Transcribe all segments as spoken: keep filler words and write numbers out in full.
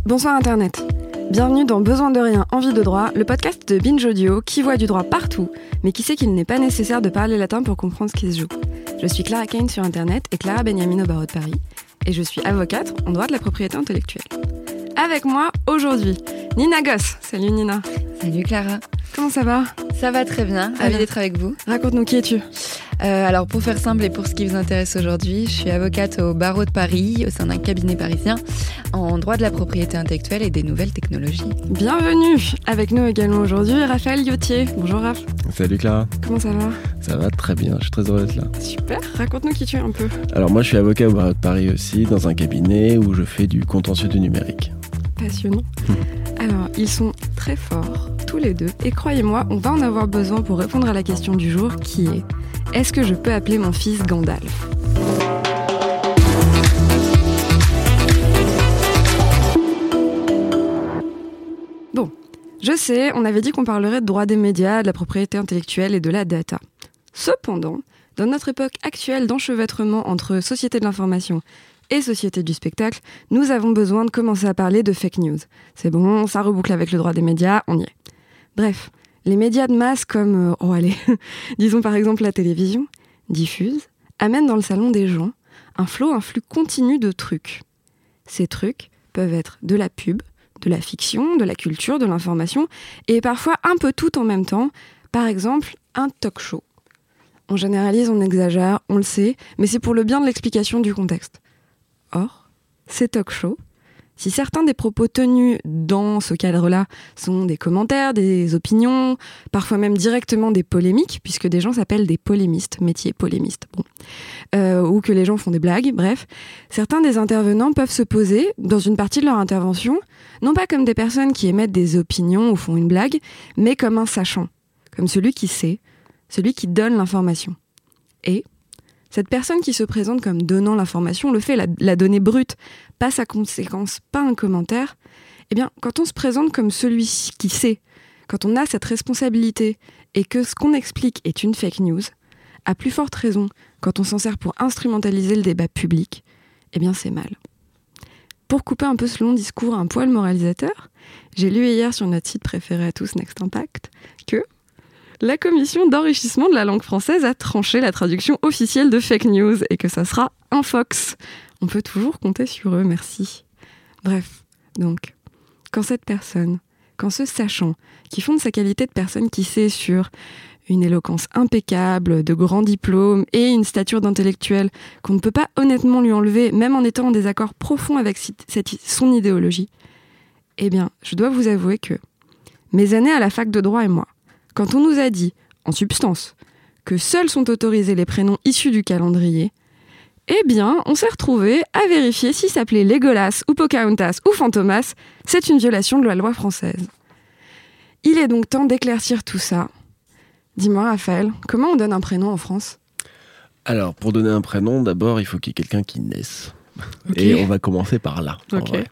Bonsoir Internet. Bienvenue dans Besoin de rien, envie de droit, le podcast de Binge Audio qui voit du droit partout, mais qui sait qu'il n'est pas nécessaire de parler latin pour comprendre ce qui se joue. Je suis Clara Kane sur Internet et Clara Benjamin au barreau de Paris, et je suis avocate en droit de la propriété intellectuelle. Avec moi aujourd'hui, Nina Goss. Salut Nina. Salut Clara. Comment ça va ? Ça va très bien, ravie d'être avec vous. Raconte-nous, qui es-tu ? Euh, alors pour faire simple et pour ce qui vous intéresse aujourd'hui, je suis avocate au barreau de Paris, au sein d'un cabinet parisien, en droit de la propriété intellectuelle et des nouvelles technologies. Bienvenue. Avec nous également aujourd'hui, Raphaël Yautier. Bonjour Raph. Salut Clara. Comment ça va ? Ça va très bien, je suis très heureux d'être là. Super, raconte-nous qui tu es un peu. Alors moi je suis avocat au barreau de Paris aussi, dans un cabinet où je fais du contentieux du numérique. Passionnant. Alors, ils sont très forts, tous les deux, et croyez-moi, on va en avoir besoin pour répondre à la question du jour qui est « Est-ce que je peux appeler mon fils Gandalf ?» Bon, je sais, on avait dit qu'on parlerait de droit des médias, de la propriété intellectuelle et de la data. Cependant, dans notre époque actuelle d'enchevêtrement entre société de l'information et société du spectacle, nous avons besoin de commencer à parler de fake news. C'est bon, ça reboucle avec le droit des médias, on y est. Bref, les médias de masse comme, euh, oh allez, disons par exemple la télévision, diffusent, amènent dans le salon des gens un flot, un flux continu de trucs. Ces trucs peuvent être de la pub, de la fiction, de la culture, de l'information, et parfois un peu tout en même temps, par exemple un talk show. On généralise, on exagère, on le sait, mais c'est pour le bien de l'explication du contexte. Or, ces talk-shows, si certains des propos tenus dans ce cadre-là sont des commentaires, des opinions, parfois même directement des polémiques, puisque des gens s'appellent des polémistes, métier polémiste, bon, euh, ou que les gens font des blagues, bref, certains des intervenants peuvent se poser, dans une partie de leur intervention, non pas comme des personnes qui émettent des opinions ou font une blague, mais comme un sachant, comme celui qui sait, celui qui donne l'information. Et cette personne qui se présente comme donnant l'information, le fait, la, la donnée brute, pas sa conséquence, pas un commentaire, eh bien, quand on se présente comme celui qui sait, quand on a cette responsabilité et que ce qu'on explique est une fake news, à plus forte raison, quand on s'en sert pour instrumentaliser le débat public, eh bien, c'est mal. Pour couper un peu ce long discours un poil moralisateur, j'ai lu hier sur notre site préféré à tous, Next Impact, que la commission d'enrichissement de la langue française a tranché la traduction officielle de fake news et que ça sera un fox. On peut toujours compter sur eux, merci. Bref, donc, quand cette personne, quand ce sachant, qui fonde sa qualité de personne qui sait sur une éloquence impeccable, de grands diplômes et une stature d'intellectuel qu'on ne peut pas honnêtement lui enlever, même en étant en désaccord profond avec cette, son idéologie, eh bien, je dois vous avouer que mes années à la fac de droit et moi, quand on nous a dit, en substance, que seuls sont autorisés les prénoms issus du calendrier, eh bien, on s'est retrouvés à vérifier si s'appelait Légolas ou Pocahontas ou Fantomas, c'est une violation de la loi française. Il est donc temps d'éclaircir tout ça. Dis-moi, Raphaël, comment on donne un prénom en France ? Alors, pour donner un prénom, d'abord, il faut qu'il y ait quelqu'un qui naisse. Okay. Et on va commencer par là. Okay.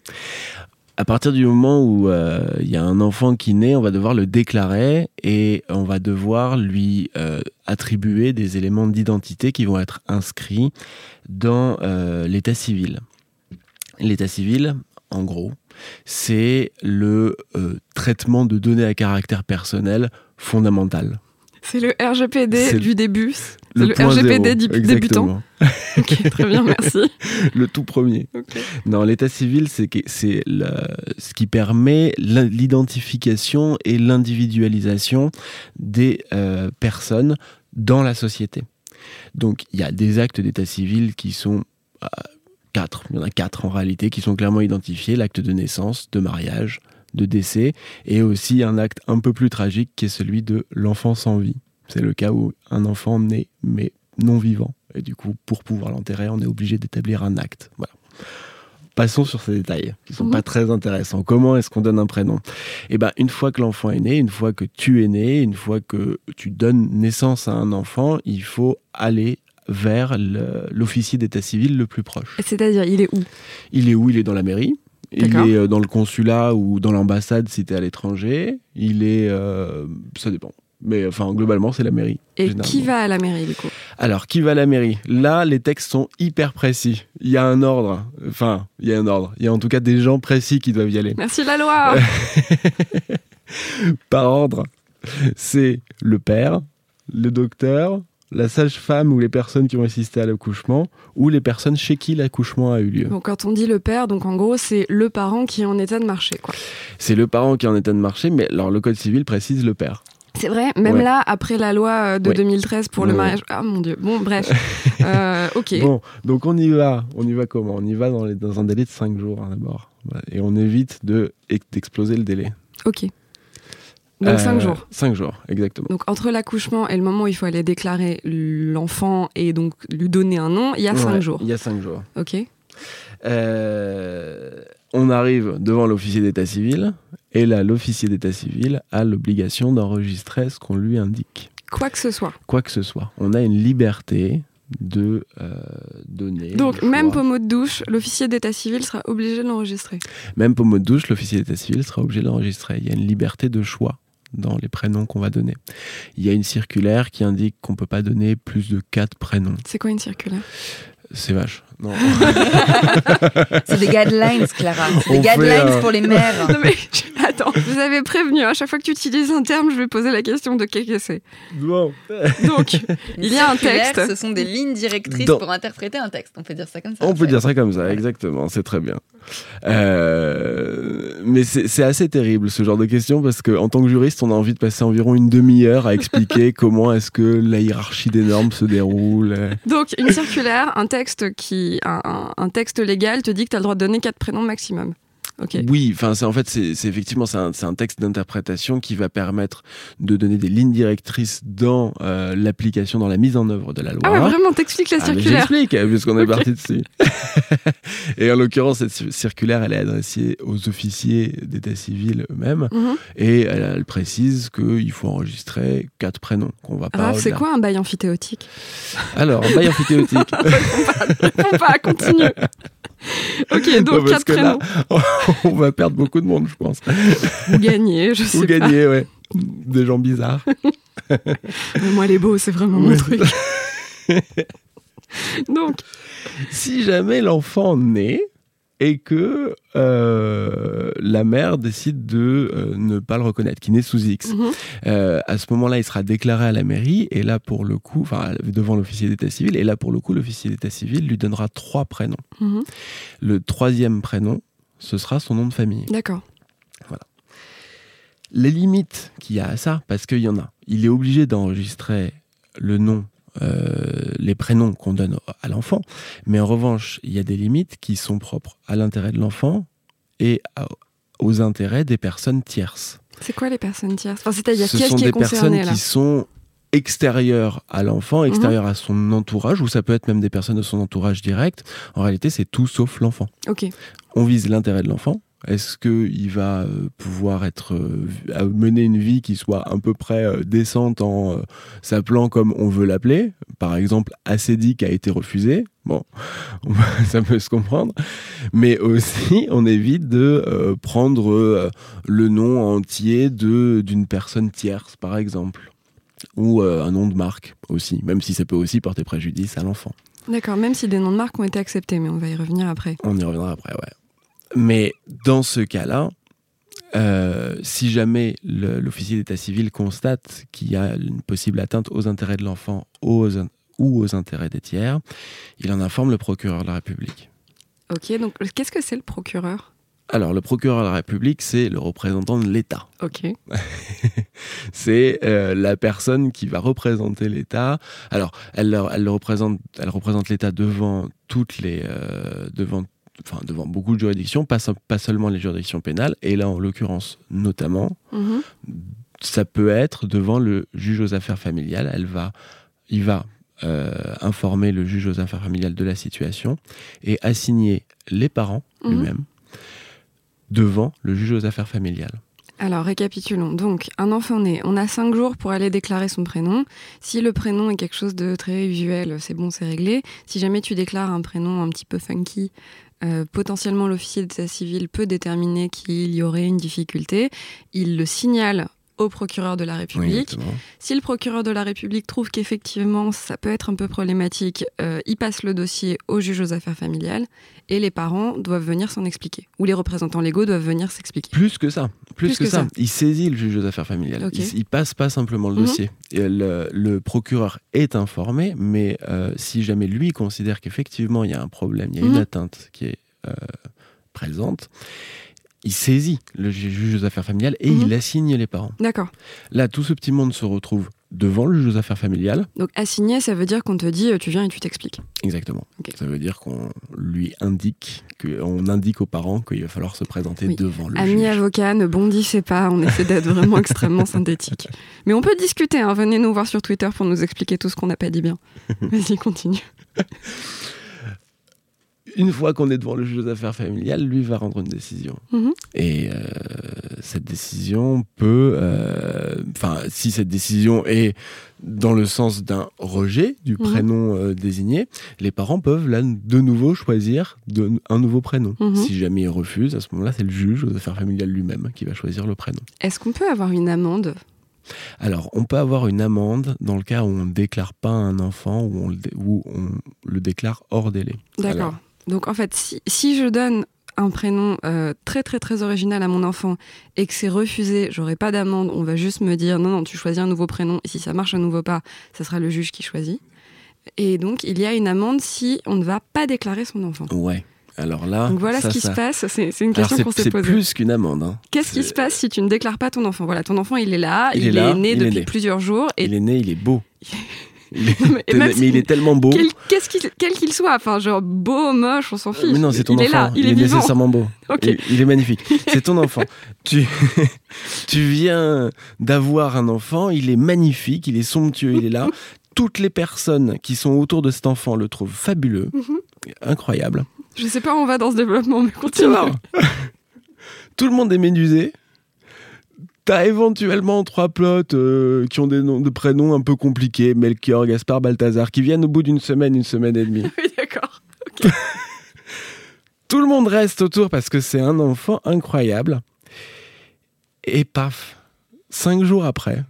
À partir du moment où il euh, y a un enfant qui naît, on va devoir le déclarer et on va devoir lui euh, attribuer des éléments d'identité qui vont être inscrits dans euh, l'état civil. L'état civil, en gros, c'est le euh, traitement de données à caractère personnel fondamental. C'est le R G P D c'est du début. C'est le, le R G P D zéro, du débutant. Ok, très bien, merci. Le tout premier. Okay. Non, l'état civil, c'est, c'est la, ce qui permet l'identification et l'individualisation des euh, personnes dans la société. Donc, il y a des actes d'état civil qui sont euh, quatre. Il y en a quatre en réalité qui sont clairement identifiés. L'acte de naissance, de mariage, de décès, et aussi un acte un peu plus tragique qui est celui de l'enfant sans vie. C'est le cas où un enfant naît mais non vivant. Et du coup, pour pouvoir l'enterrer, on est obligé d'établir un acte. Voilà. Passons sur ces détails, qui ne sont mmh. pas très intéressants. Comment est-ce qu'on donne un prénom ? Eh ben, une fois que l'enfant est né, une fois que tu es né, une fois que tu donnes naissance à un enfant, il faut aller vers le, l'officier d'état civil le plus proche. C'est-à-dire, il est où ? Il est où ? Il est dans la mairie. D'accord. Il est dans le consulat ou dans l'ambassade si tu es à l'étranger. Il est... Euh, ça dépend. Mais enfin, globalement, c'est la mairie. Et qui va à la mairie, du coup ? Alors, qui va à la mairie ? Là, les textes sont hyper précis. Il y a un ordre. Enfin, il y a un ordre. Il y a en tout cas des gens précis qui doivent y aller. Merci la loi. Par ordre, c'est le père, le docteur, la sage-femme ou les personnes qui ont assisté à l'accouchement ou les personnes chez qui l'accouchement a eu lieu. Bon, quand on dit le père, donc en gros, c'est le parent qui est en état de marcher, quoi. C'est le parent qui est en état de marcher, mais alors le code civil précise le père. C'est vrai, même ouais. là, après la loi de ouais. deux mille treize pour ouais. le mariage... Ah mon Dieu, bon bref, euh, ok. Bon, donc on y va, on y va comment ? On y va dans, les, dans un délai de cinq jours hein, d'abord. Et on évite de, d'exploser le délai. Ok. Donc cinq euh, jours. cinq jours, exactement. Donc entre l'accouchement et le moment où il faut aller déclarer l'enfant et donc lui donner un nom, il y a cinq ouais, jours. Il y a cinq jours. Ok. Euh, on arrive devant l'officier d'état civil et là, l'officier d'état civil a l'obligation d'enregistrer ce qu'on lui indique. Quoi que ce soit. Quoi que ce soit. On a une liberté de euh, donner. Donc même pommeau de douche, l'officier d'état civil sera obligé de l'enregistrer. Même pommeau de douche, l'officier d'état civil sera obligé de l'enregistrer. Il y a une liberté de choix dans les prénoms qu'on va donner. Il y a une circulaire qui indique qu'on ne peut pas donner plus de quatre prénoms. C'est quoi une circulaire ? C'est vache. Non. C'est des guidelines, Clara. C'est des On guidelines fait, euh... pour les mères. Non mais, attends, vous avez prévenu, à chaque fois que tu utilises un terme, je vais poser la question de qu'est-ce que c'est. Bon. Donc, il y a un texte. Ce sont des lignes directrices Dans... pour interpréter un texte. On peut dire ça comme ça. On peut dire ça comme ça, exactement. C'est très bien. Euh... Mais c'est, c'est assez terrible, ce genre de questions, parce qu'en tant que juriste, on a envie de passer environ une demi-heure à expliquer comment est-ce que la hiérarchie des normes se déroule. Donc, une circulaire, un texte qui... Un, un, un texte légal te dit que tu as le droit de donner quatre prénoms maximum. Okay. Oui, enfin c'est en fait c'est, c'est effectivement c'est un, c'est un texte d'interprétation qui va permettre de donner des lignes directrices dans euh, l'application, dans la mise en œuvre de la loi. Ah ouais, vraiment, t'expliques la ah, circulaire. J'explique, puisqu'on est okay. parti dessus. Et en l'occurrence, cette circulaire, elle est adressée aux officiers d'état civil eux-mêmes, mm-hmm. et elle, elle précise qu'il faut enregistrer quatre prénoms qu'on va pas. Ah, c'est quoi un bail amphithéotique ? Alors, un bail amphithéotique. Réponds pas, continue. Ok, donc quatre prénoms. Là, on va perdre beaucoup de monde, je pense. Ou gagner, je sais Ou pas. Ou gagner, ouais. Des gens bizarres. Mais moi, les beaux, c'est vraiment mon truc. Donc, si jamais l'enfant naît et que euh, la mère décide de euh, ne pas le reconnaître, qu'il naît sous X, mm-hmm. euh, à ce moment-là, il sera déclaré à la mairie, et là, pour le coup, enfin, devant l'officier d'état civil, et là, pour le coup, l'officier d'état civil lui donnera trois prénoms. Mm-hmm. Le troisième prénom, ce sera son nom de famille. D'accord. Voilà. Les limites qu'il y a à ça, parce qu'il y en a, il est obligé d'enregistrer le nom, Euh, les prénoms qu'on donne à l'enfant, mais en revanche, il y a des limites qui sont propres à l'intérêt de l'enfant et à, aux intérêts des personnes tierces. C'est quoi les personnes tierces ? Enfin, c'est-à-dire Ce qui est-ce sont qui des est concerné, personnes là ? qui sont extérieures à l'enfant, extérieures mmh. à son entourage, ou ça peut être même des personnes de son entourage direct. En réalité, c'est tout sauf l'enfant. Ok. On vise l'intérêt de l'enfant. Est-ce qu'il va euh, pouvoir être, euh, mener une vie qui soit à peu près euh, décente en euh, s'appelant comme on veut l'appeler ? Par exemple, acédique a été refusé. Bon, ça peut se comprendre. Mais aussi, on évite de euh, prendre euh, le nom entier de, d'une personne tierce, par exemple. Ou euh, un nom de marque aussi, même si ça peut aussi porter préjudice à l'enfant. D'accord, même si des noms de marque ont été acceptés, mais on va y revenir après. On y reviendra après, ouais. Mais dans ce cas-là, euh, si jamais le, l'officier d'état civil constate qu'il y a une possible atteinte aux intérêts de l'enfant aux, ou aux intérêts des tiers, il en informe le procureur de la République. Ok, donc qu'est-ce que c'est le procureur ? Alors, le procureur de la République, c'est le représentant de l'État. Ok. C'est euh, la personne qui va représenter l'État. Alors, elle, elle, le représente, elle représente l'État devant toutes les... Euh, devant Enfin, devant beaucoup de juridictions, pas, pas seulement les juridictions pénales, et là, en l'occurrence, notamment, mmh. ça peut être devant le juge aux affaires familiales. Elle va, il va euh, informer le juge aux affaires familiales de la situation et assigner les parents mmh. lui-même devant le juge aux affaires familiales. Alors, récapitulons. Donc, un enfant né, on a cinq jours pour aller déclarer son prénom. Si le prénom est quelque chose de très usuel, c'est bon, c'est réglé. Si jamais tu déclares un prénom un petit peu funky, euh, potentiellement l'officier d'état civil peut déterminer qu'il y aurait une difficulté. Il le signale au procureur de la République. Oui, si le procureur de la République trouve qu'effectivement ça peut être un peu problématique, euh, il passe le dossier au juge aux affaires familiales et les parents doivent venir s'en expliquer. Ou les représentants légaux doivent venir s'expliquer. Plus que ça. Plus, Plus que, que ça. ça. Il saisit le juge aux affaires familiales. Okay. Il, il passe pas simplement le Mm-hmm. dossier. Et le, le procureur est informé, mais euh, si jamais lui considère qu'effectivement il y a un problème, il y a Mm-hmm. une atteinte qui est euh, présente, il saisit le juge aux affaires familiales et Mm-hmm. il assigne les parents. D'accord. Là, tout ce petit monde se retrouve devant le juge aux affaires familiales. Donc assigner, ça veut dire qu'on te dit, tu viens et tu t'expliques. Exactement. Okay. Ça veut dire qu'on lui indique, qu'on indique aux parents qu'il va falloir se présenter oui. devant le Amis juge. avocats, ne bondissez pas, on essaie d'être vraiment extrêmement synthétique. Mais on peut discuter, hein. Venez nous voir sur Twitter pour nous expliquer tout ce qu'on n'a pas dit bien. Vas-y, continue. Une fois qu'on est devant le juge aux affaires familiales, lui va rendre une décision. Mm-hmm. Et euh, cette décision peut... Enfin, euh, si cette décision est dans le sens d'un rejet du Mm-hmm. prénom euh, désigné, les parents peuvent là de nouveau choisir de, un nouveau prénom. Mm-hmm. Si jamais ils refusent, à ce moment-là, c'est le juge aux affaires familiales lui-même qui va choisir le prénom. Est-ce qu'on peut avoir une amende ? Alors, on peut avoir une amende dans le cas où on ne déclare pas un enfant ou on le, dé- où on le déclare hors délai. D'accord. Alors, Donc en fait, si, si je donne un prénom euh, très très très original à mon enfant et que c'est refusé, j'aurai pas d'amende, on va juste me dire non, non, tu choisis un nouveau prénom et si ça marche à nouveau pas, ça sera le juge qui choisit. Et donc il y a une amende si on ne va pas déclarer son enfant. ouais. Alors là, Donc voilà ça, ce qui ça... se passe, c'est, c'est une Alors, question c'est, qu'on s'est c'est posée. plus qu'une amende. Hein. Qu'est-ce qui C'est- se passe si tu ne déclares pas ton enfant ? Voilà, ton enfant il est là, Il il, est là, est né il est depuis né. plusieurs jours et Il est né, il est beau. Il est... Non, mais- et mais même si- il est tellement beau. quel, qu'est-ce qu'il, quel qu'il soit, enfin genre beau, moche, on s'en fiche. Mais non, c'est ton il enfant. est là, il, il est, est vivant. nécessairement beau. Ok. Il, il est magnifique. C'est ton enfant. tu... tu viens d'avoir un enfant, il est magnifique, il est somptueux, il est là. Toutes les personnes qui sont autour de cet enfant le trouvent fabuleux, Mhm. incroyable. Je sais pas où on va dans ce développement, mais Tu continue. vois, tout le monde est médusé. T'as éventuellement trois plots euh, qui ont des noms de prénoms un peu compliqués, Melchior, Gaspard, Balthazar, qui viennent au bout d'une semaine, une semaine et demie. Oui, d'accord. Ok. Tout le monde reste autour parce que c'est un enfant incroyable. Et paf, cinq jours après,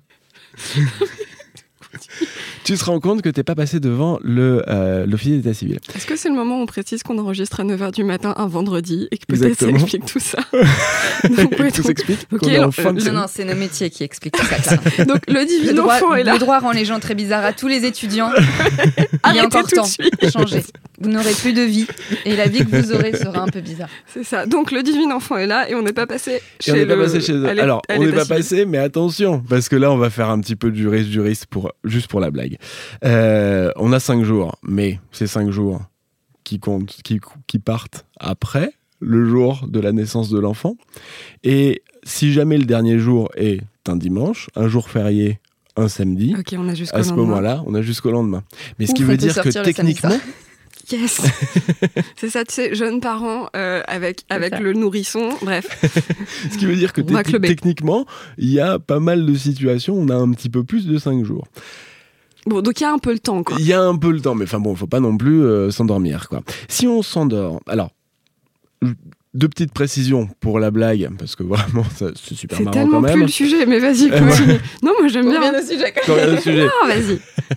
tu te rends compte que t'es pas passé devant le, euh, l'officier d'état civil. Est-ce que c'est le moment où on précise qu'on enregistre à neuf heures du matin un vendredi et que peut-être Exactement. ça explique tout ça? Donc, ouais, Tout donc- s'explique. Ok, qu'on est en alors, fin de euh, Non, semaine. non, c'est nos métiers qui expliquent tout ça. Clara. donc, le Le divin droit, enfant est là. le droit rend les gens très bizarres à tous les étudiants. Il y Arrêtez a encore tout de temps. suite. Changez. Vous n'aurez plus de vie et la vie que vous aurez sera un peu bizarre. C'est ça. Donc, le divin enfant est là et on n'est pas passé Et chez on n'est le... pas passé chez eux. à l'é- Alors, à on n'est l'état pas civil. passé, mais attention, parce que là, on va faire un petit peu de juriste-juriste pour, juste pour la blague. Euh, on a cinq jours, mais ces cinq jours qui comptent, qui, qui partent après le jour de la naissance de l'enfant. Et si jamais le dernier jour est un dimanche, un jour férié, un samedi, Ok, on a jusqu'au à ce lendemain. moment-là, on a jusqu'au lendemain. Mais ce Ouf, qui on veut peut dire que sortir le samedi techniquement, Yes. C'est ça, tu sais, jeunes parents euh, avec, avec ça. le nourrisson. Bref. ce qui veut dire que On va techni- clubber. techniquement, il y a pas mal de situations, on a un petit peu plus de cinq jours. Bon, donc il y a un peu le temps, quoi. Il y a un peu le temps, mais enfin bon, faut pas non plus euh, s'endormir, quoi. Si on s'endort, alors deux petites précisions pour la blague, parce que vraiment ça, c'est super C'est marrant tellement quand même. plus le sujet, mais vas-y, Euh, continue. Non, moi j'aime bien. aussi, Jacques. Quand il y a le sujet, Ah, vas-y.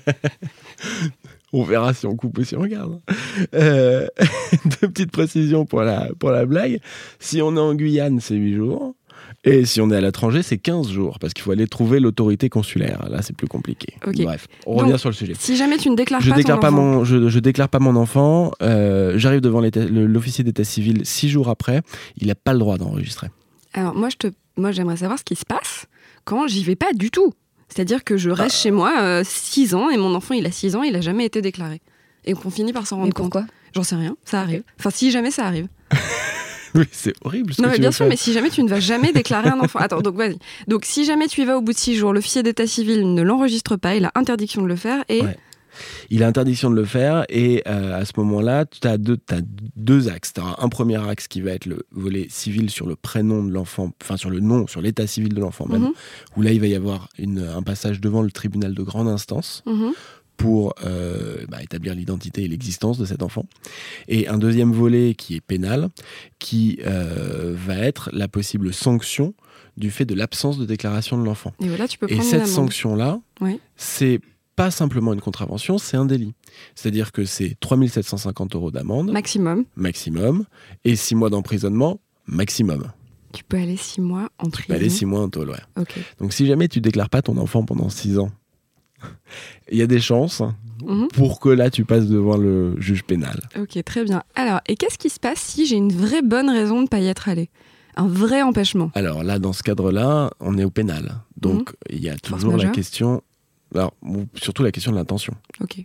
on verra si on coupe ou si on garde. Euh, deux petites précisions pour la pour la blague. Si on est en Guyane, c'est huit jours. Et si on est à l'étranger, c'est quinze jours, parce qu'il faut aller trouver l'autorité consulaire. Là, c'est plus compliqué. Ok. Bref, on revient Donc, sur le sujet. Si jamais tu ne déclares Je pas déclare ton pas enfant, mon, je, je déclare pas mon enfant. euh, j'arrive devant l'état- le- l'officier d'état civil six jours après. Il n'a pas le droit d'enregistrer. alors moi, je te... moi j'aimerais savoir ce qui se passe quand j'y vais pas du tout. C'est-à-dire que je reste chez moi six ans et mon enfant il a six ans, il a jamais été déclaré. Et qu'on finit par s'en Mais rendre compte. pourquoi ? J'en sais rien, ça arrive. Enfin, si jamais ça arrive. Oui, c'est horrible. Ce Non, que mais tu bien veux sûr, faire. mais si jamais tu ne vas jamais déclarer un enfant. Attends, donc vas-y. Donc si jamais tu y vas au bout de six jours, l'officier d'état civil ne l'enregistre pas, il a interdiction de le faire et. Ouais. Il a interdiction de le faire et euh, à ce moment-là, tu as deux, t'as deux axes. Tu as un premier axe qui va être le volet civil sur le prénom de l'enfant, enfin sur le nom, sur l'état civil de l'enfant même, Mhm. où là il va y avoir une, un passage devant le tribunal de grande instance Mhm. pour euh, bah, établir l'identité et l'existence de cet enfant. Et un deuxième volet qui est pénal, qui euh, va être la possible sanction du fait de l'absence de déclaration de l'enfant. Et voilà, tu peux et prendre cette sanction-là, oui. c'est pas simplement une contravention, c'est un délit. C'est-à-dire que c'est trois mille sept cent cinquante euros d'amende. Maximum. Maximum. Et six mois d'emprisonnement, maximum. Tu peux aller six mois en prison. Tu peux aller six mois en tôle, ouais. Okay. Donc si jamais tu déclares pas ton enfant pendant six ans, il y a des chances mm-hmm. pour que là tu passes devant le juge pénal. Ok, très bien. Alors, et qu'est-ce qui se passe si j'ai une vraie bonne raison de ne pas y être allé ? Un vrai empêchement ? Alors là, dans ce cadre-là, on est au pénal. Donc mm-hmm. il y a toujours la question... Alors, surtout la question de l'intention. Ok.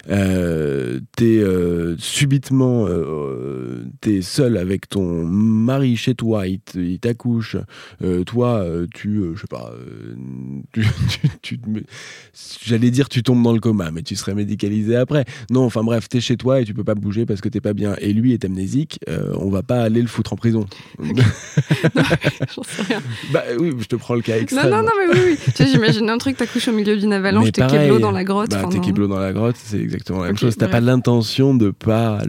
Euh, t'es euh, subitement, euh, t'es seul avec ton mari chez toi, il, t- il t'accouche, euh, toi, euh, tu, euh, je sais pas, euh, tu, tu, tu, j'allais dire tu tombes dans le coma, mais tu serais médicalisé après. Non, enfin bref, t'es chez toi et tu peux pas bouger parce que t'es pas bien. Et lui est amnésique, euh, on va pas aller le foutre en prison. Okay. Non, j'en sais rien. Bah oui, je te prends le cas extrême. Non, non, non, mais oui, oui. Tu sais, j'imagine un truc, t'accouches au milieu d'une avalanche. T'es kéblo dans la grotte. Bah, t'es kéblo dans la grotte, c'est exactement la même okay, chose. T'as bref. pas l'intention de pas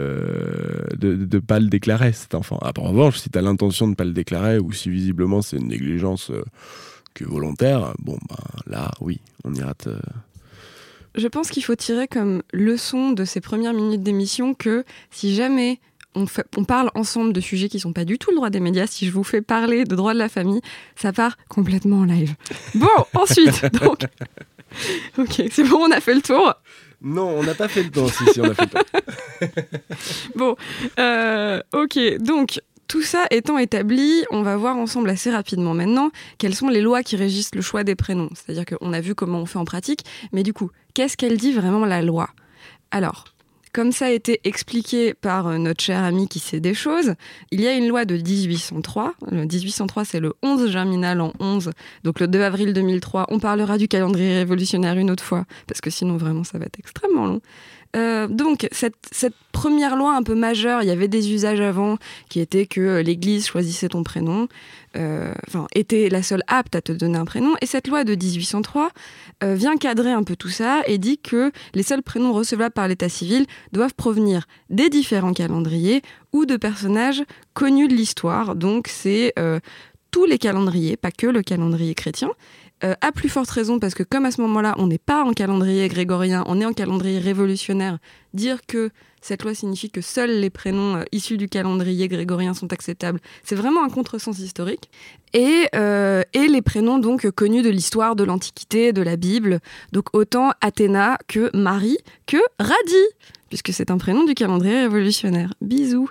le de, de pas le déclarer, cet enfant. Ah, en revanche, si t'as l'intention de pas le déclarer ou si visiblement c'est une négligence euh, qui est volontaire, bon bah là, oui, on ira te... Je pense qu'il faut tirer comme leçon de ces premières minutes d'émission que si jamais on, fait, on parle ensemble de sujets qui sont pas du tout le droit des médias, si je vous fais parler de droit de la famille, ça part complètement en live. Bon, ensuite, donc... Ok, c'est bon, on a fait le tour. Non, on n'a pas fait le tour. si, si, on a fait le tour. Bon, euh, ok, donc tout ça étant établi, on va voir ensemble assez rapidement maintenant quelles sont les lois qui régissent le choix des prénoms. C'est-à-dire qu'on a vu comment on fait en pratique, mais du coup, qu'est-ce qu'elle dit vraiment la loi ? Alors, comme ça a été expliqué par notre cher ami qui sait des choses, il y a une loi de dix-huit cent trois. Le dix-huit cent trois, c'est le onze germinal en onze. Donc le deux avril deux mille trois, on parlera du calendrier révolutionnaire une autre fois, parce que sinon vraiment ça va être extrêmement long. Euh, donc cette, cette première loi un peu majeure, il y avait des usages avant qui étaient que l'Église choisissait ton prénom, euh, enfin était la seule apte à te donner un prénom, et cette loi de dix-huit cent trois euh, vient cadrer un peu tout ça et dit que les seuls prénoms recevables par l'état civil doivent provenir des différents calendriers ou de personnages connus de l'histoire. Donc c'est euh, tous les calendriers, pas que le calendrier chrétien. Euh, à plus forte raison parce que comme à ce moment-là, on n'est pas en calendrier grégorien, on est en calendrier révolutionnaire, dire que cette loi signifie que seuls les prénoms euh, issus du calendrier grégorien sont acceptables, c'est vraiment un contresens historique. Et, euh, et les prénoms donc connus de l'histoire, de l'Antiquité, de la Bible, donc autant Athéna que Marie, que Radie, puisque c'est un prénom du calendrier révolutionnaire. Bisous.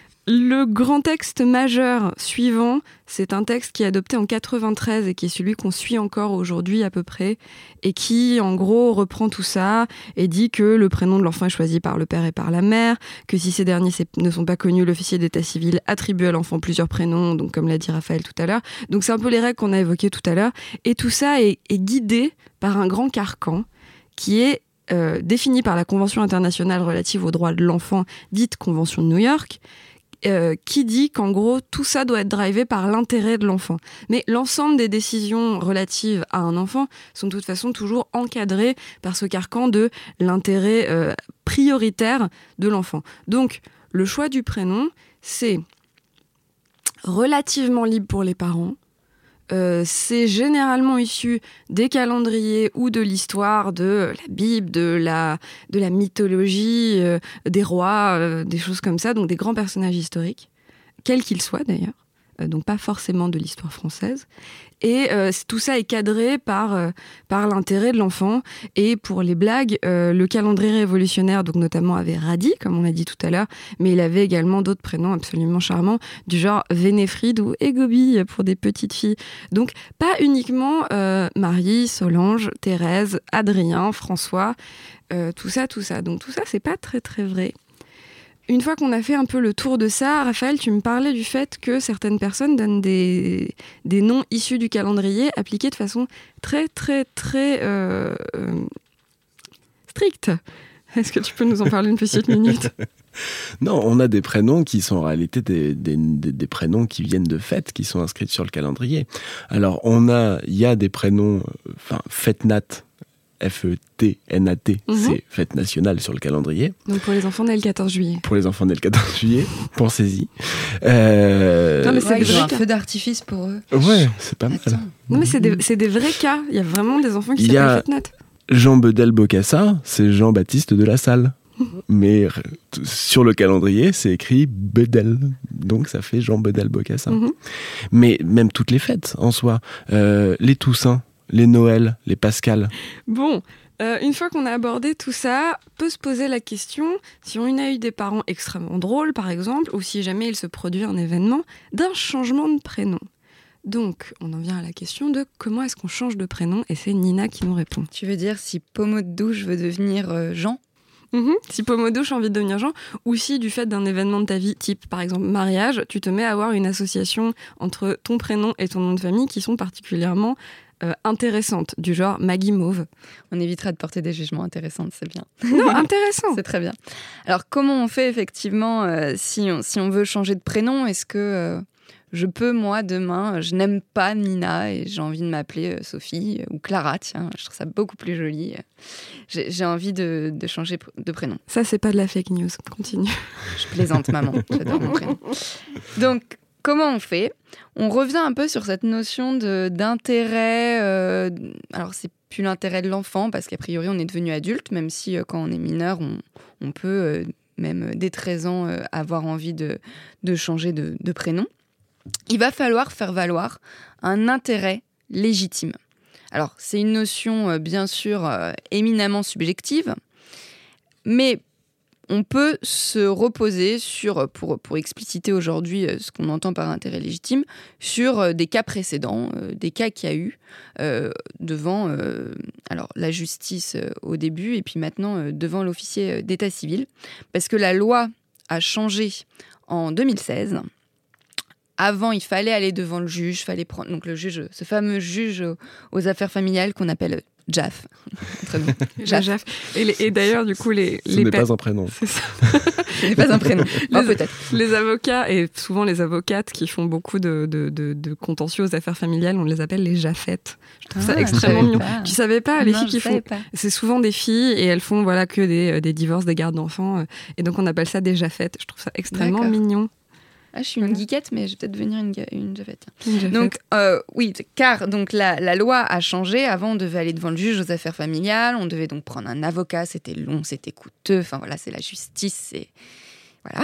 Le grand texte majeur suivant, c'est un texte qui est adopté en quatre-vingt-treize et qui est celui qu'on suit encore aujourd'hui à peu près, et qui en gros reprend tout ça et dit que le prénom de l'enfant est choisi par le père et par la mère, que si ces derniers ne sont pas connus, l'officier d'état civil attribue à l'enfant plusieurs prénoms, donc comme l'a dit Raphaël tout à l'heure. Donc c'est un peu les règles qu'on a évoquées tout à l'heure, et tout ça est, est guidé par un grand carcan qui est euh, défini par la Convention internationale relative aux droits de l'enfant, dite Convention de New York, Euh, qui dit qu'en gros, tout ça doit être drivé par l'intérêt de l'enfant. Mais l'ensemble des décisions relatives à un enfant sont de toute façon toujours encadrées par ce carcan de l'intérêt euh, prioritaire de l'enfant. Donc, le choix du prénom, c'est relativement libre pour les parents. Euh, c'est généralement issu des calendriers ou de l'histoire de la Bible, de la, de la mythologie, euh, des rois, euh, des choses comme ça, donc des grands personnages historiques, quels qu'ils soient d'ailleurs, euh, donc pas forcément de l'histoire française. Et euh, tout ça est cadré par, euh, par l'intérêt de l'enfant. Et pour les blagues, euh, le calendrier révolutionnaire, donc notamment avait Radie, comme on l'a dit tout à l'heure, mais il avait également d'autres prénoms absolument charmants, du genre Vénéfride ou Égobie pour des petites filles. Donc pas uniquement euh, Marie, Solange, Thérèse, Adrien, François, euh, tout ça, tout ça. Donc tout ça, c'est pas très très vrai. Une fois qu'on a fait un peu le tour de ça, Raphaël, tu me parlais du fait que certaines personnes donnent des, des noms issus du calendrier appliqués de façon très, très, très euh, euh, stricte. Est-ce que tu peux nous en parler une petite minute ? Non, on a des prénoms qui sont en réalité des, des, des, des prénoms qui viennent de fêtes, qui sont inscrits sur le calendrier. Alors, on a, il y a des prénoms, enfin, fête nat. F E T N A T, mmh. c'est fête nationale sur le calendrier. Donc pour les enfants nés le quatorze juillet. Pour les enfants nés le quatorze juillet, pensez-y. Euh... Non, mais c'est ouais, des ils ont vrais un cas. feu d'artifice pour eux. Ouais, c'est pas mal. Attends. Non, mais c'est des, c'est des vrais cas. Il y a vraiment des enfants qui Il y s'appellent a- fête nat. Jean Bedel Bocassa, c'est Jean-Baptiste de la Salle. Mais r- t- sur le calendrier, c'est écrit Bedel. Donc ça fait Jean Bedel Bocassa. Mhm. Mais même toutes les fêtes en soi. Euh, les Toussaints, les Noëls, les Pascals. Bon, euh, une fois qu'on a abordé tout ça, peut se poser la question, si on a eu des parents extrêmement drôles, par exemple, ou si jamais il se produit un événement, d'un changement de prénom. Donc, on en vient à la question de comment est-ce qu'on change de prénom, et c'est Nina qui nous répond. Tu veux dire si Pommeau de douche veut devenir euh, Jean? Mhm. Si Pomodouche a envie de devenir Jean, ou si du fait d'un événement de ta vie, type par exemple mariage, tu te mets à avoir une association entre ton prénom et ton nom de famille qui sont particulièrement euh, intéressantes, du genre Maggie Mauve. On évitera de porter des jugements intéressants, c'est bien. Non, intéressant. C'est très bien. Alors, comment on fait effectivement euh, si, on, si on veut changer de prénom? Est-ce que euh, je peux, moi, demain, je n'aime pas Nina et j'ai envie de m'appeler euh, Sophie ou Clara, tiens, je trouve ça beaucoup plus joli. J'ai, j'ai envie de, de changer de prénom. Ça, c'est pas de la fake news. Continue. Je plaisante, maman. J'adore mon prénom. Donc, comment on fait? On revient un peu sur cette notion de, d'intérêt. Euh, alors, c'est plus l'intérêt de l'enfant, parce qu'a priori, on est devenu adulte, même si euh, quand on est mineur, on, on peut, euh, même dès treize ans, euh, avoir envie de, de changer de, de prénom. Il va falloir faire valoir un intérêt légitime. Alors, c'est une notion, euh, bien sûr, euh, éminemment subjective, mais on peut se reposer sur, pour, pour expliciter aujourd'hui euh, ce qu'on entend par intérêt légitime, sur euh, des cas précédents, euh, des cas qu'il y a eu euh, devant euh, alors, la justice euh, au début et puis maintenant euh, devant l'officier euh, d'état civil. Parce que la loi a changé en deux mille seize. Avant, il fallait aller devant le juge, fallait prendre donc le juge, ce fameux juge aux, aux affaires familiales qu'on appelle J A F. Très bien. J A F. Et, les- et d'ailleurs, du coup, les, Ce les n'est per- pas un prénom. C'est ça. Ce n'est pas un prénom. Oh, Les- peut-être. Les avocats, et souvent les avocates qui font beaucoup de, de, de, de contentieux aux affaires familiales, on les appelle les Jafettes. Je trouve ça Ah, extrêmement je mignon. savais pas. Tu savais pas, les Non, filles je qui savais font... pas. C'est souvent des filles et elles font voilà, que des, des divorces, des gardes d'enfants. euh, Et donc on appelle ça des Jafettes. Je trouve ça extrêmement D'accord. mignon. Ah, je suis une geekette, mais je vais peut-être devenir une, ga- une Jafette. Une Jafette. Donc, euh, oui, car donc, la, la loi a changé. Avant, on devait aller devant le juge aux affaires familiales. On devait donc prendre un avocat. C'était long, c'était coûteux. Enfin, voilà, c'est la justice. C'est... Voilà.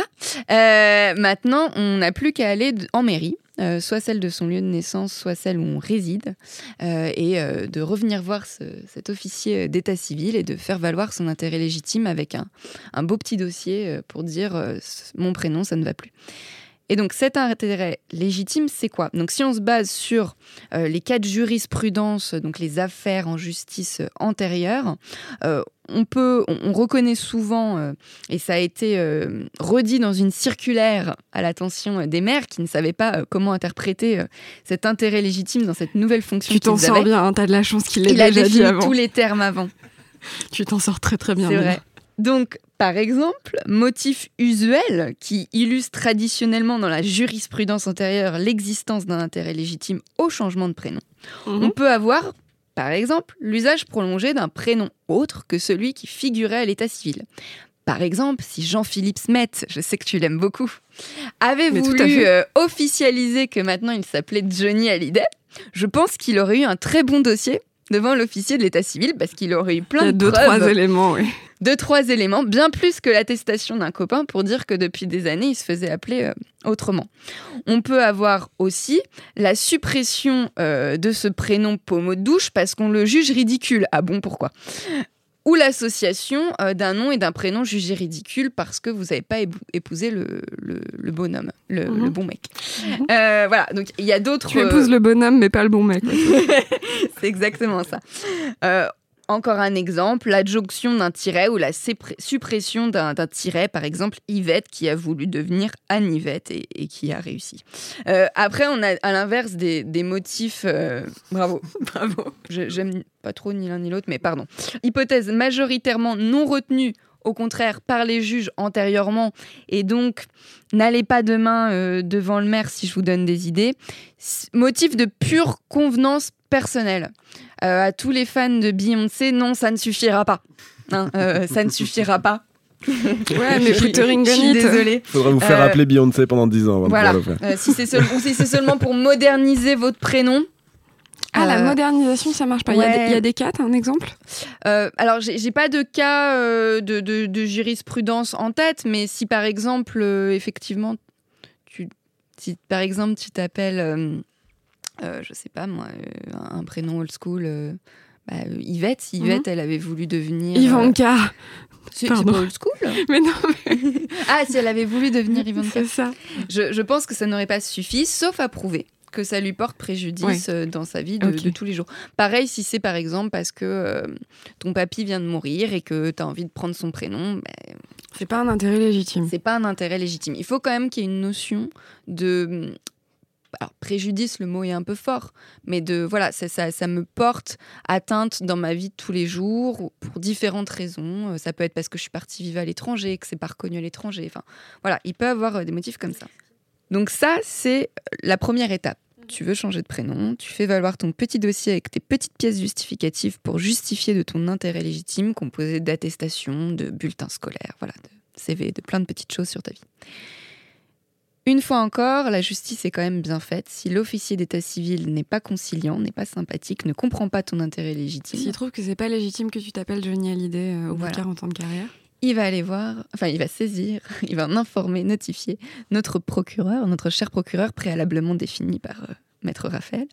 Euh, maintenant, on n'a plus qu'à aller d- en mairie, euh, soit celle de son lieu de naissance, soit celle où on réside, euh, et euh, de revenir voir ce- cet officier d'état civil et de faire valoir son intérêt légitime avec un, un beau petit dossier euh, pour dire euh, « mon prénom, ça ne va plus ». Et donc, cet intérêt légitime, c'est quoi? Donc, si on se base sur euh, les cas de jurisprudence, donc les affaires en justice euh, antérieures, euh, on peut, on, on reconnaît souvent, euh, et ça a été euh, redit dans une circulaire à l'attention euh, des maires qui ne savaient pas euh, comment interpréter euh, cet intérêt légitime dans cette nouvelle fonction Tu t'en qu'ils sors avaient. bien, hein, t'as de la chance qu'il l'ait Il a déjà dit défini avant. tous les termes avant. Tu t'en sors très très bien. C'est Nina. vrai. Donc, par exemple, motif usuel qui illustre traditionnellement dans la jurisprudence antérieure l'existence d'un intérêt légitime au changement de prénom. Mhm. On peut avoir, par exemple, l'usage prolongé d'un prénom autre que celui qui figurait à l'état civil. Par exemple, si Jean-Philippe Smet, je sais que tu l'aimes beaucoup, avait Mais tout à voulu fait. euh, officialiser que maintenant il s'appelait Johnny Hallyday, je pense qu'il aurait eu un très bon dossier devant l'officier de l'état civil parce qu'il aurait eu Il y plein a de deux, preuves. trois éléments, oui. Deux, trois éléments, bien plus que l'attestation d'un copain pour dire que depuis des années, il se faisait appeler euh, autrement. On peut avoir aussi la suppression euh, de ce prénom Pommeau de douche parce qu'on le juge ridicule. Ah bon, pourquoi? Ou l'association euh, d'un nom et d'un prénom jugé ridicule parce que vous n'avez pas ébou- épousé le, le, le bonhomme, le, Mhm. le bon mec. Mhm. Euh, voilà, donc il y a d'autres... Tu euh, épouses le bonhomme, mais pas le bon mec. ouais. C'est exactement ça. Euh, encore un exemple, l'adjonction d'un tiret ou la sépré- suppression d'un, d'un tiret, par exemple Yvette qui a voulu devenir Anne Yvette et, et qui a réussi. Euh, après, on a à l'inverse des, des motifs... euh, bravo, bravo. Je, j'aime pas trop ni l'un ni l'autre, mais pardon. Hypothèse majoritairement non retenue au contraire par les juges antérieurement, et donc n'allez pas demain euh, devant le maire si je vous donne des idées. Motif de pure convenance personnelle. Euh, à tous les fans de Beyoncé, non, ça ne suffira pas. Hein, euh, ça ne suffira pas. Ouais, mais Puttering je suis désolée. Il faudra vous faire Euh, appeler Beyoncé pendant dix ans. Avant Voilà. de pouvoir le faire. Euh, si c'est seul- ou si c'est seulement pour moderniser votre prénom. Ah, la Euh, modernisation, ça marche pas. Il y a ouais. des- il y, a des cas, t'as un exemple? Euh, alors, j'ai, j'ai pas de cas euh, de, de, de jurisprudence en tête, mais si par exemple, euh, effectivement, tu, si par exemple tu t'appelles, euh, euh, je sais pas moi, euh, un prénom old school, euh, bah, euh, Yvette, si Yvette, Mhm. elle avait voulu devenir. Ivanka. euh, c'est, c'est Pardon. pas old school. Mais non, mais Ah, si elle avait voulu devenir Ivanka. c'est ça. Je, je pense que ça n'aurait pas suffi, sauf à prouver que ça lui porte préjudice euh, dans sa vie de, Ok. de tous les jours. Pareil, si c'est par exemple parce que euh, ton papy vient de mourir et que tu as envie de prendre son prénom, ben, C'est pas un intérêt légitime. c'est pas un intérêt légitime. Il faut quand même qu'il y ait une notion de... Alors, préjudice, le mot est un peu fort, mais de voilà, ça, ça, ça me porte atteinte dans ma vie de tous les jours pour différentes raisons. Euh, Ça peut être parce que je suis partie vivre à l'étranger, que c'est pas reconnu à l'étranger. Enfin, voilà, il peut y avoir euh, des motifs comme ça. Donc ça, c'est la première étape. Tu veux changer de prénom, tu fais valoir ton petit dossier avec tes petites pièces justificatives pour justifier de ton intérêt légitime, composé d'attestations, de bulletins scolaires, voilà, de C V, de plein de petites choses sur ta vie. Une fois encore, la justice est quand même bien faite. Si l'officier d'état civil n'est pas conciliant, n'est pas sympathique, ne comprend pas ton intérêt légitime, S'il trouve que c'est pas légitime que tu t'appelles Johnny Hallyday euh, au bout Voilà. de quarante ans de carrière. il va aller voir, enfin il va saisir, il va en informer, notifier notre procureur, notre cher procureur préalablement défini par euh, Maître Raphaël.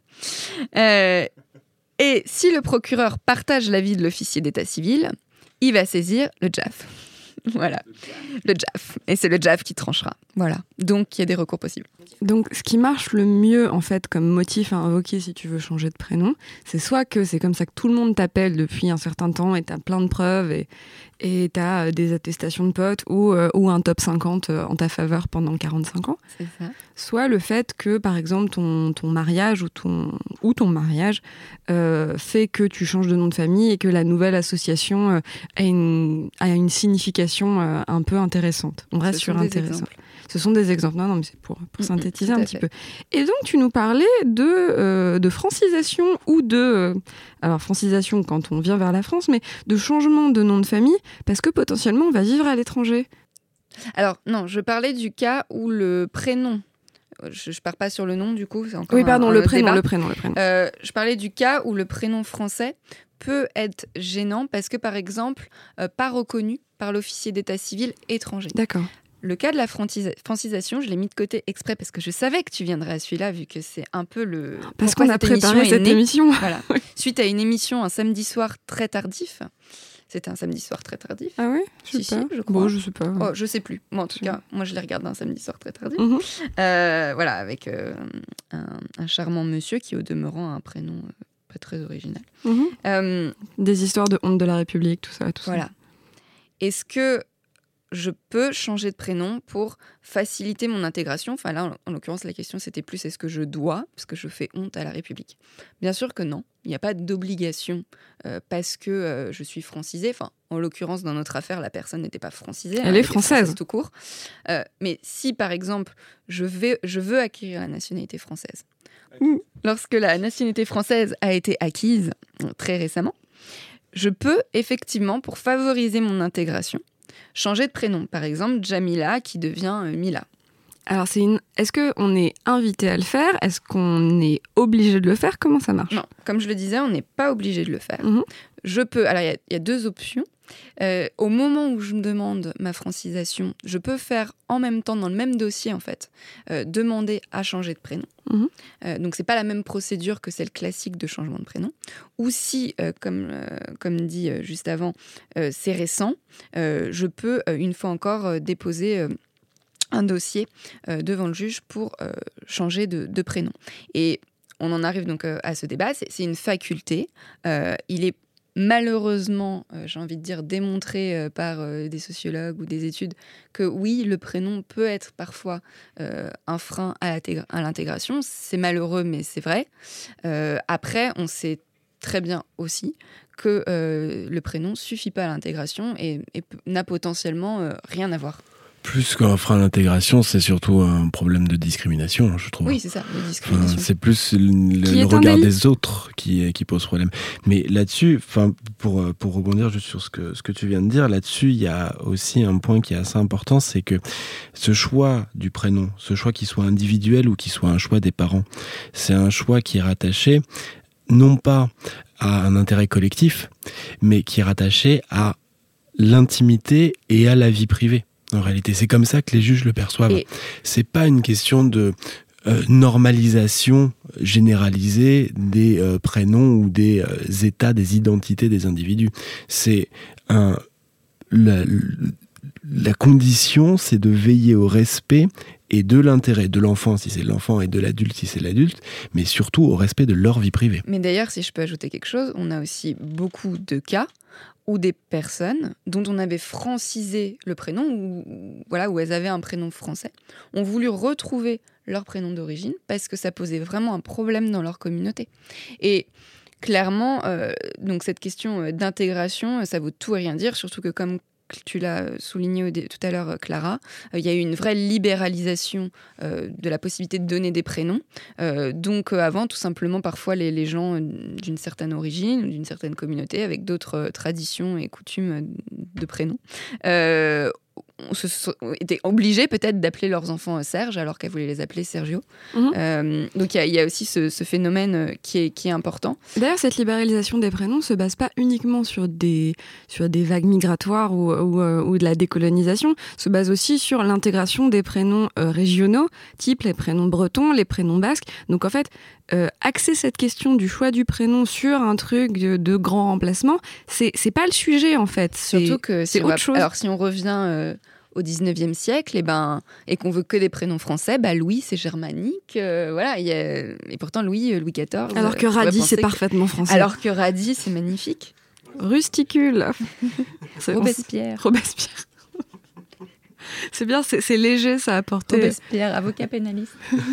Euh, et si le procureur partage l'avis de l'officier d'état civil, il va saisir le J A F. Voilà, le J A F. Et c'est le J A F qui tranchera. Voilà, donc il y a des recours possibles. Donc, ce qui marche le mieux, en fait, comme motif à invoquer si tu veux changer de prénom, c'est soit que c'est comme ça que tout le monde t'appelle depuis un certain temps et t'as plein de preuves et et t'as euh, des attestations de potes ou, euh, ou un top cinquante euh, en ta faveur pendant quarante-cinq ans. C'est ça. Soit le fait que, par exemple, ton, ton mariage ou ton, ou ton mariage euh, fait que tu changes de nom de famille et que la nouvelle association euh, a, une, a une signification euh, un peu intéressante. On reste Ce sur sont des intéressant. exemples. Ce sont des exemples. Non, non, mais c'est pour, pour Mm, synthétiser tout à un petit fait. peu. Et donc, tu nous parlais de, euh, de francisation ou de... euh, alors, francisation quand on vient vers la France, mais de changement de nom de famille parce que potentiellement, on va vivre à l'étranger. Alors, non, je parlais du cas où le prénom, je ne pars pas sur le nom du coup, c'est encore Oui, un- pardon, un le autre prénom, débat. le prénom, le prénom. Euh, je parlais du cas où le prénom français peut être gênant parce que, par exemple, euh, pas reconnu par l'officier d'état civil étranger. D'accord. Le cas de la francisa- francisation, je l'ai mis de côté exprès parce que je savais que tu viendrais à celui-là, vu que c'est un peu le... Parce pourquoi qu'on a cette émission préparé est cette née. émission. Voilà. Suite à une émission un samedi soir très tardif. C'était un samedi soir très tardif. Ah oui, je Si, sais si, pas. je crois. Bon, je sais pas. Oh, je sais plus. Moi, en tout Je- cas, moi, je l'ai regardé un samedi soir très tardif. Mhm. Euh, voilà, avec euh, un, un charmant monsieur qui, au demeurant, a un prénom euh, pas très original. Mhm. Euh, Des histoires de honte de la République, tout ça, tout voilà. Est-ce que je peux changer de prénom pour faciliter mon intégration? Enfin là, en, en l'occurrence, la question c'était plus est-ce que je dois, parce que je fais honte à la République? Bien sûr que non. Il n'y a pas d'obligation euh, parce que euh, je suis francisée. Enfin, en l'occurrence, dans notre affaire, la personne n'était pas francisée. Elle est était française. tout court. Euh, mais si, par exemple, je, vais, je veux acquérir la nationalité française, ou lorsque la nationalité française a été acquise euh, très récemment, je peux effectivement, pour favoriser mon intégration, changer de prénom. Par exemple, Jamila qui devient euh, Mila. Alors, c'est une... est-ce qu'on est invité à le faire? Est-ce qu'on est obligé de le faire? Comment ça marche? Non, comme je le disais, on n'est pas obligé de le faire. Mhm. Je peux. Alors, il y a- il y, a deux options. Euh, au moment où je me demande ma francisation, je peux faire en même temps, dans le même dossier, en fait, euh, demander à changer de prénom. Mhm. Euh, donc, c'est pas la même procédure que celle classique de changement de prénom. Ou si, euh, comme, euh, comme dit euh, juste avant, euh, c'est récent, euh, je peux, euh, une fois encore, euh, déposer euh, un dossier euh, devant le juge pour euh, changer de, de prénom. Et on en arrive donc euh, à ce débat. C'est, c'est une faculté. Euh, il est malheureusement, euh, j'ai envie de dire, démontré euh, par euh, des sociologues ou des études que oui, le prénom peut être parfois euh, un frein à, l'intégra- à l'intégration. C'est malheureux, mais c'est vrai. Euh, après, on sait très bien aussi que euh, le prénom suffit pas à l'intégration et, et p- n'a potentiellement euh, rien à voir. Plus qu'un frein à l'intégration, c'est surtout un problème de discrimination, je trouve. Oui, c'est ça, la discrimination. Enfin, c'est plus le, le, le regard des autres qui, qui pose problème. Mais là-dessus, enfin, pour, pour rebondir juste sur ce que, ce que tu viens de dire, là-dessus, il y a aussi un point qui est assez important, c'est que ce choix du prénom, ce choix qu'il soit individuel ou qu'il soit un choix des parents, c'est un choix qui est rattaché non pas à un intérêt collectif, mais qui est rattaché à l'intimité et à la vie privée. En réalité, c'est comme ça que les juges le perçoivent. Et... c'est pas une question de euh, normalisation généralisée des euh, prénoms ou des euh, états, des identités des individus. C'est un la, la condition, c'est de veiller au respect et de l'intérêt de l'enfant si c'est l'enfant et de l'adulte si c'est l'adulte, mais surtout au respect de leur vie privée. Mais d'ailleurs, si je peux ajouter quelque chose, on a aussi beaucoup de cas ou des personnes dont on avait francisé le prénom, ou voilà, où elles avaient un prénom français, ont voulu retrouver leur prénom d'origine parce que ça posait vraiment un problème dans leur communauté. Et clairement, euh, donc cette question d'intégration, ça vaut tout et rien dire, surtout que comme tu l'as souligné tout à l'heure, Clara, il euh, y a eu une vraie libéralisation euh, de la possibilité de donner des prénoms. Euh, donc euh, avant, tout simplement, parfois, les, les gens d'une certaine origine, d'une certaine communauté, avec d'autres euh, traditions et coutumes de prénoms, euh, on se so- étaient obligés peut-être d'appeler leurs enfants Serge alors qu'elles voulaient les appeler Sergio. Mmh. Euh, donc il y, y a aussi ce, ce phénomène qui est, qui est important. D'ailleurs, cette libéralisation des prénoms ne se base pas uniquement sur des, sur des vagues migratoires ou, ou, ou de la décolonisation, se base aussi sur l'intégration des prénoms euh, régionaux, type les prénoms bretons, les prénoms basques. Donc en fait, euh, axer cette question du choix du prénom sur un truc de, de grand remplacement, c'est, c'est pas le sujet en fait. C'est, Surtout que c'est si autre va, chose. Alors si on revient... Euh, au dix-neuvième siècle, et, ben, et qu'on veut que des prénoms français, bah Louis, c'est germanique. Euh, voilà, y a, et pourtant, Louis, Louis quatorze... Alors que Radi, c'est que, parfaitement français. Alors que Radi, c'est magnifique. Rusticule. C'est, Robespierre. Robespierre. C'est bien, c'est, c'est léger, ça a apporté... Robespierre, avocat pénaliste.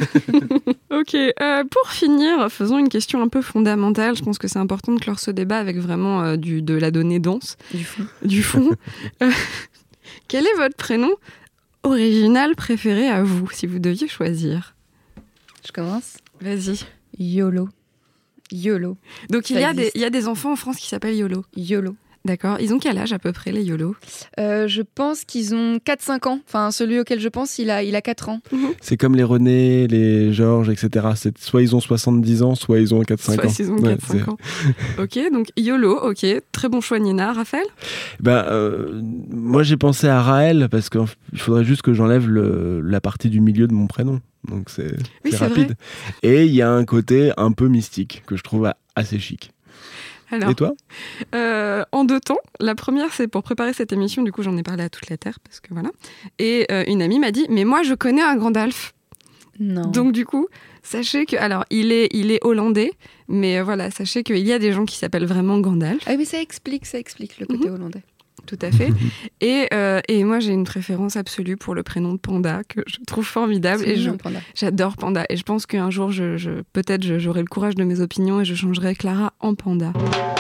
Ok, euh, pour finir, faisons une question un peu fondamentale. Je pense que c'est important de clore ce débat avec vraiment euh, du, de la donnée dense. Du fond. Du fond. euh, Quel est votre prénom original préféré à vous, si vous deviez choisir ? Je commence ? Vas-y. YOLO. YOLO. Donc il y, a des, il y a des enfants en France qui s'appellent YOLO. YOLO. D'accord. Ils ont quel âge à peu près, les YOLO ? euh, Je pense qu'ils ont quatre cinq ans. Enfin, celui auquel je pense, il a, il a quatre ans. Mmh. C'est comme les René, les Georges, et cetera. C'est soit ils ont soixante-dix ans, soit ils ont quatre cinq ans. Soit ils ont quatre cinq ouais, ans. Ok, donc YOLO, ok. Très bon choix, Nina. Raphaël ? Ben, euh, moi, j'ai pensé à Raël, parce qu'il faudrait juste que j'enlève le, la partie du milieu de mon prénom. Donc, c'est, oui, c'est, c'est rapide. Vrai. Et il y a un côté un peu mystique, que je trouve assez chic. Alors, et toi ? euh, En deux temps. La première, c'est pour préparer cette émission. Du coup, j'en ai parlé à toute la Terre, parce que voilà. Et euh, une amie m'a dit, mais moi, je connais un Gandalf. Non. Donc du coup, sachez que, alors, il est, il est hollandais, mais euh, voilà, sachez qu'il y a des gens qui s'appellent vraiment Gandalf. Ah mais ça explique, ça explique le côté mm-hmm. hollandais. Tout à fait. et, euh, et moi, j'ai une préférence absolue pour le prénom de Panda, que je trouve formidable. C'est et je, Panda. J'adore Panda. Et je pense qu'un jour, je, je, peut-être, je, j'aurai le courage de mes opinions et je changerai Clara en Panda.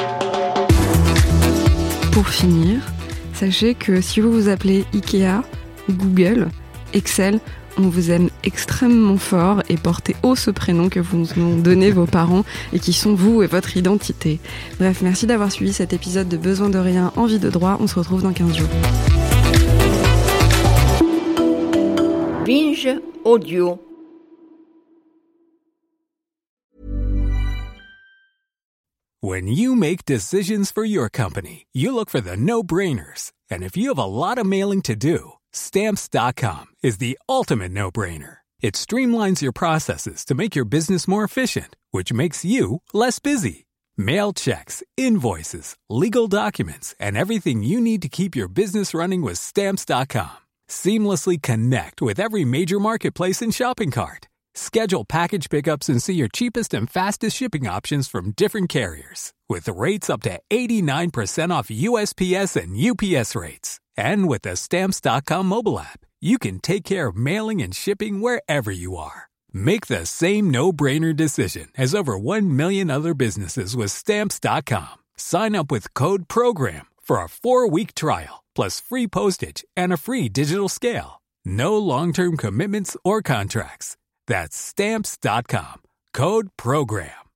Pour finir, sachez que si vous vous appelez Ikea, Google, Excel, on vous aime extrêmement fort et portez haut ce prénom que vous nous ont donné vos parents et qui sont vous et votre identité. Bref, merci d'avoir suivi cet épisode de Besoin de rien, envie de droit. On se retrouve dans quinze jours. Binge Audio. When you make decisions for your company, you look for the no-brainers. And if you have a lot of mailing to do, Stamps dot com is the ultimate no-brainer. It streamlines your processes to make your business more efficient, which makes you less busy. Mail checks, invoices, legal documents, and everything you need to keep your business running with Stamps dot com. Seamlessly connect with every major marketplace and shopping cart. Schedule package pickups and see your cheapest and fastest shipping options from different carriers. With rates up to eighty-nine percent off U S P S and U P S rates. And with the Stamps dot com mobile app, you can take care of mailing and shipping wherever you are. Make the same no-brainer decision as over one million other businesses with Stamps dot com. Sign up with code PROGRAM for a four-week trial, plus free postage and a free digital scale. No long-term commitments or contracts. That's Stamps dot com. Code PROGRAM.